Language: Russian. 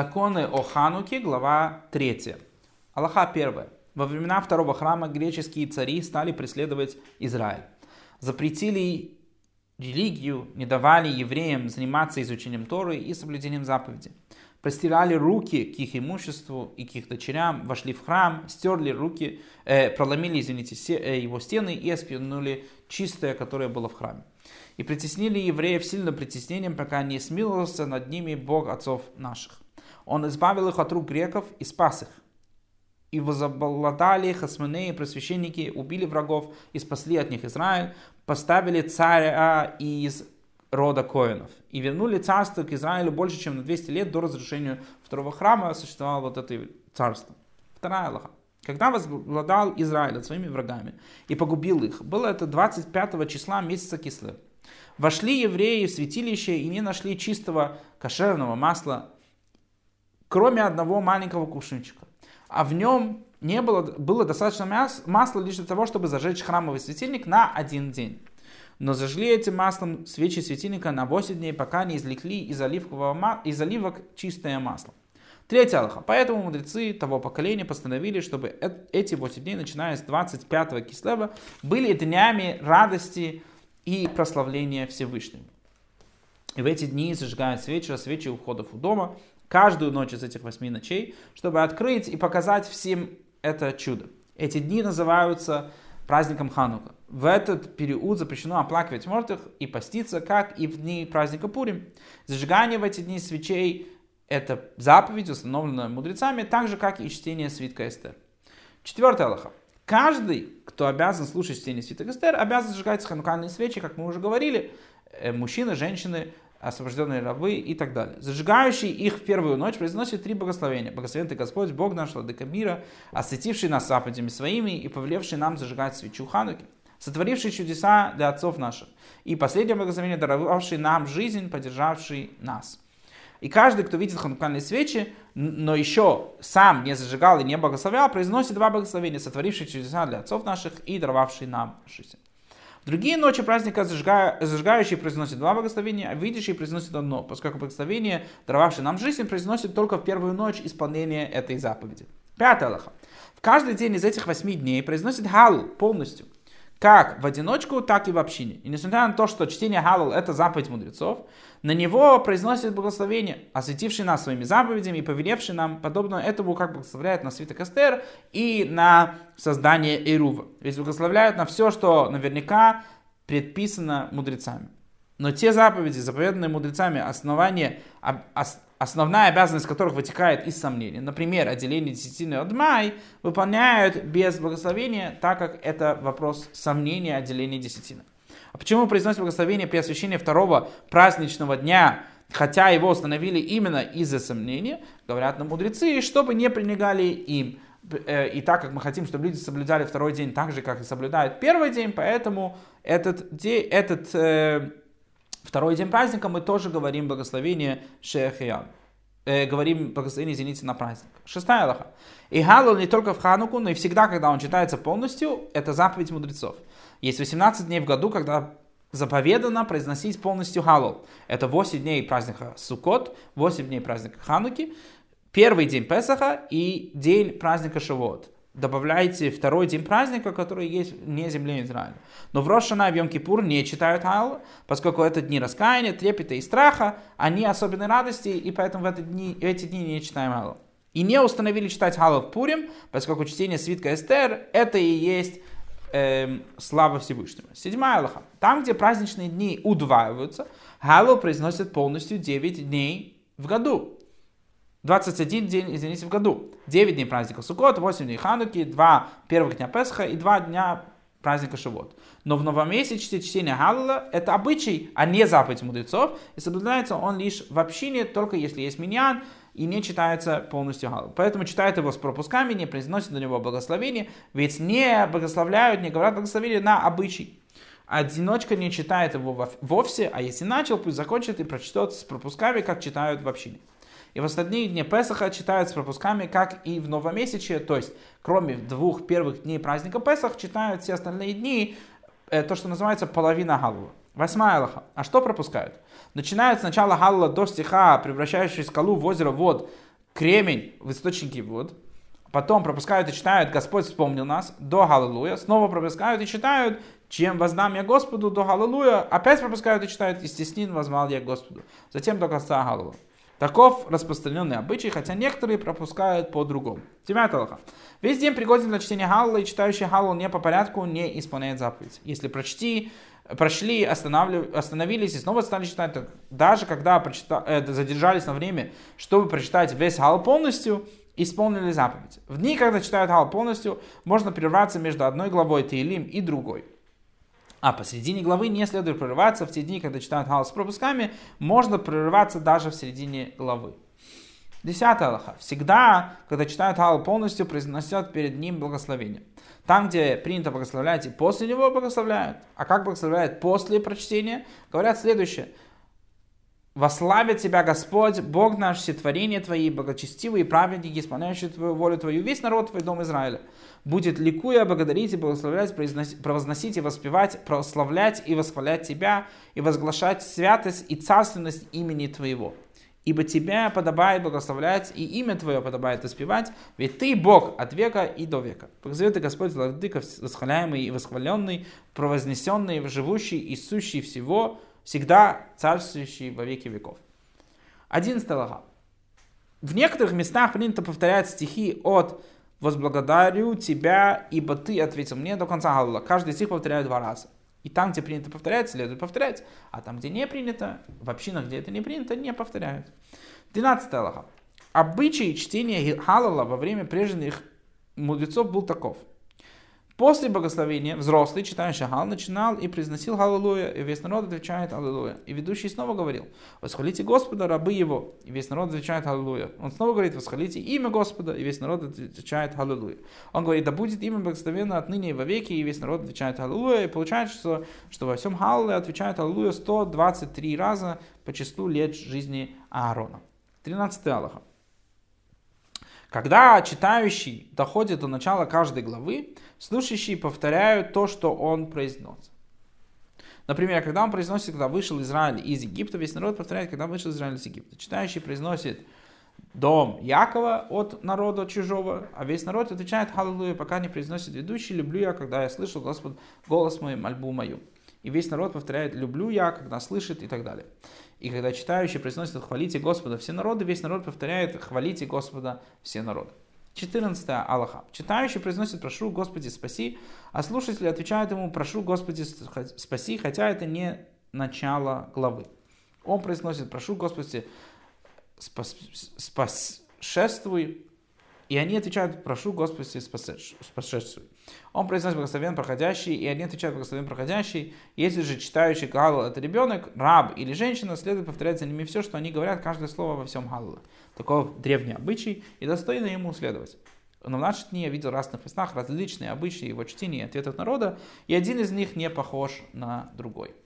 Законы о Хануке, глава 3. Алаха 1. Во времена второго храма греческие цари стали преследовать Израиль. Запретили религию, не давали евреям заниматься изучением Торы и соблюдением заповедей. Простирали руки к их имуществу и к их дочерям, вошли в храм, стерли руки, проломили, его стены и осквернули чистое, которое было в храме. И притеснили евреев сильным притеснением, пока не смиловался над ними Бог отцов наших. Он избавил их от рук греков и спас их. И возобладали хасмонеи, просвященники, убили врагов и спасли от них Израиль, поставили царя из рода Коэнов. И вернули царство к Израилю больше, чем на 200 лет до разрушения второго храма существовало вот это царство. Вторая алаха. Когда возобладал Израиль над своими врагами и погубил их, было это 25 числа месяца Кислев. Вошли евреи в святилище и не нашли чистого кошерного масла, кроме одного маленького кувшинчика. А в нем было достаточно масла лишь для того, чтобы зажечь храмовый светильник на один день. Но зажгли этим маслом свечи светильника на 8 дней, пока не извлекли из оливок чистое масло. Третья алаха. Поэтому мудрецы того поколения постановили, чтобы эти 8 дней, начиная с 25-го Кислева, были днями радости и прославления Всевышнего. И в эти дни зажигают свечи у входов у дома, каждую ночь из этих 8 ночей, чтобы открыть и показать всем это чудо. Эти дни называются праздником Ханука. В этот период запрещено оплакивать мертвых и поститься, как и в дни праздника Пурим. Зажигание в эти дни свечей – это заповедь, установленная мудрецами, так же, как и чтение свитка Эстер. Четвертая алаха. Каждый, кто обязан слушать чтение свитка Эстер, обязан зажигать ханукальные свечи, как мы уже говорили, мужчины, женщины, освобожденные рабы и так далее. Зажигающий их в первую ночь произносит 3 благословения. Благословен ты Господь, Бог наш, владыка мира, осветивший нас заповедями своими и повелевший нам зажигать свечу Хануки, сотворивший чудеса для отцов наших. И последнее благословение, даровавший нам жизнь, поддержавший нас. И каждый, кто видит ханукальные свечи, но еще сам не зажигал и не благословлял, произносит 2 благословения, сотворивший чудеса для отцов наших и даровавший нам жизнь. В другие ночи праздника зажигающий произносит 2 благословения, а видящий произносит 1, поскольку благословение, даровавшее нам жизнь, произносит только в первую ночь исполнения этой заповеди. 5 алаха. В каждый день из этих 8 дней произносит халл полностью, как в одиночку, так и в общине. И несмотря на то, что чтение халл это заповедь мудрецов, на него произносит благословение, осветивший нас своими заповедями и повелевший нам, подобно этому, как благословляет на свиток Эстер и на создание Эрува. Ведь благословляют на все, что наверняка предписано мудрецами. Но те заповеди, заповеданные мудрецами, основная обязанность которых вытекает из сомнений, например, отделение десятины от май, выполняют без благословения, так как это вопрос сомнения отделения десятины. А почему произносит благословение при освящении второго праздничного дня, хотя его установили именно из-за сомнения, говорят нам мудрецы, чтобы не пренебрегали им. И так как мы хотим, чтобы люди соблюдали второй день так же, как и соблюдают первый день, поэтому второй день праздника мы тоже говорим благословение Шехиян. Говорим благословение, извините, на праздник. 6 алаха. И халал не только в Хануку, но и всегда, когда он читается полностью, это заповедь мудрецов. Есть 18 дней в году, когда заповедано произносить полностью халал. Это 8 дней праздника Суккот, 8 дней праздника Хануки, первый день Песаха и день праздника Шавуот. Добавляйте второй день праздника, который есть вне земли Израиля. Но в Рош Шана и в Йом-Кипур не читают халал, поскольку это дни раскаяния, трепета и страха, они особенной радости, и поэтому в эти дни не читаем халал. И не установили читать халал в Пурим, поскольку чтение свитка Эстер это и есть слава Всевышнего. 7 алаха. Там, где праздничные дни удваиваются, халал произносят полностью 9 дней в году. 21 день, извините, в году. 9 дней праздника Суккот, 8 дней Хануки, 2 первых дня Песха и 2 дня праздника Шавуот. Но в новомесячное чтение халала это обычай, а не заповедь мудрецов. И соблюдается он лишь в общине, только если есть миньян, и не читается полностью халал. Поэтому читают его с пропусками, не произносят на него благословение, ведь не благословляют, не говорят благословение на обычай. Одиночка не читает его вовсе, а если начал, пусть закончит и прочтет с пропусками, как читают в общине. И в остальные дни Песаха читают с пропусками, как и в новомесячье, то есть кроме 2 первых дней праздника Песах, читают все остальные дни, то, что называется половина халала. 8 алаха. А что пропускают? Начинают с начала халала до стиха, превращающий скалу в озеро вод, кремень в источнике вод, потом пропускают и читают «Господь вспомнил нас» до «Халлелуя», снова пропускают и читают «Чем воздам я Господу» до «Халлелуя», опять пропускают и читают «И стеснин возвал я Господу», затем до конца «Халлелуя». Таков распространенный обычай, хотя некоторые пропускают по-другому. 9 Алаха. Весь день пригоден для чтения Халла, и читающий Халлу не по порядку не исполняет заповедь. Если прошли, остановились и снова стали читать, даже когда задержались на время, чтобы прочитать весь Халл полностью, исполнили заповедь. В дни, когда читают Халл полностью, можно прерваться между одной главой Теилим и другой. А посередине главы не следует прерываться. В те дни, когда читают Халл с пропусками, можно прерываться даже в середине главы. 10 Алаха. Всегда, когда читают Халл полностью, произносят перед ним благословение. Там, где принято благословлять, и после него благословляют. А как благословляют после прочтения? Говорят следующее. «Вославит тебя Господь, Бог наш, все творения твои, благочестивые праведники, исполняющие твою волю твою, весь народ твой, дом Израиля. Будет ликуя, благодарить и благословлять, провозносить и воспевать, прославлять и восхвалять тебя, и возглашать святость и царственность имени твоего. Ибо тебя подобает благословлять, и имя твое подобает воспевать, ведь ты Бог от века и до века. Благословит Господь, владыка, восхваляемый и восхваленный, провознесенный, живущий и сущий всего, всегда царствующий во веки веков». 11 Алаха. В некоторых местах принято повторять стихи от «Возблагодарю тебя, ибо ты ответил мне» до конца Халла. Каждый стих повторяют 2 раза. И там, где принято повторять, следует повторять. А там, где не принято, в общинах, где это не принято, не повторяют. 12 Алаха. Обычай чтения Халала во время прежних мудрецов был таков. После благословения взрослый, читающий Халл, начинал и произносил «Халлелуя», и весь народ отвечает «Аллилуйя». И ведущий снова говорил «Восхвалите Господа, рабы его», и весь народ отвечает «Аллилуйя». Он снова говорит «Восхвалите имя Господа», и весь народ отвечает «Аллилуйя». Он говорит «Да будет имя благословенно отныне и вовеки», и весь народ отвечает «Аллилуйя». И получается, что во всем Халле отвечают «Аллилуйя» 123 раза по числу лет жизни Аарона. 13 Алаха. Когда читающий доходит до начала каждой главы, слушающие повторяют то, что он произносит. Например, когда он произносит, когда вышел Израиль из Египта, весь народ повторяет, когда вышел Израиль из Египта. Читающий произносит дом Якова от народа чужого, а весь народ отвечает «Халлелуя», пока не произносит ведущий «Люблю я, когда я слышу, Господь, голос мой, мольбу мою». И весь народ повторяет «Люблю я, когда слышит» и так далее. И когда читающий произносит «Хвалите Господа все народы», весь народ повторяет «Хвалите Господа все народы». 14 Алаха. Читающий произносит «Прошу, Господи, спаси», а слушатели отвечают ему «Прошу, Господи, спаси», хотя это не начало главы. Он произносит «Прошу, Господи, спасшествуй», и они отвечают «Прошу, Господи, спасшествуй». Он произносит «Благословен проходящий», и они отвечают «Благословен проходящий». Если же читающий Халл это ребенок, раб или женщина, следует повторять за ними все, что они говорят, каждое слово во всем Халле. Таков древний обычай, и достойно ему следовать. Но в наши дни я видел в разных местах различные обычаи его чтения и ответов народа, и один из них не похож на другой.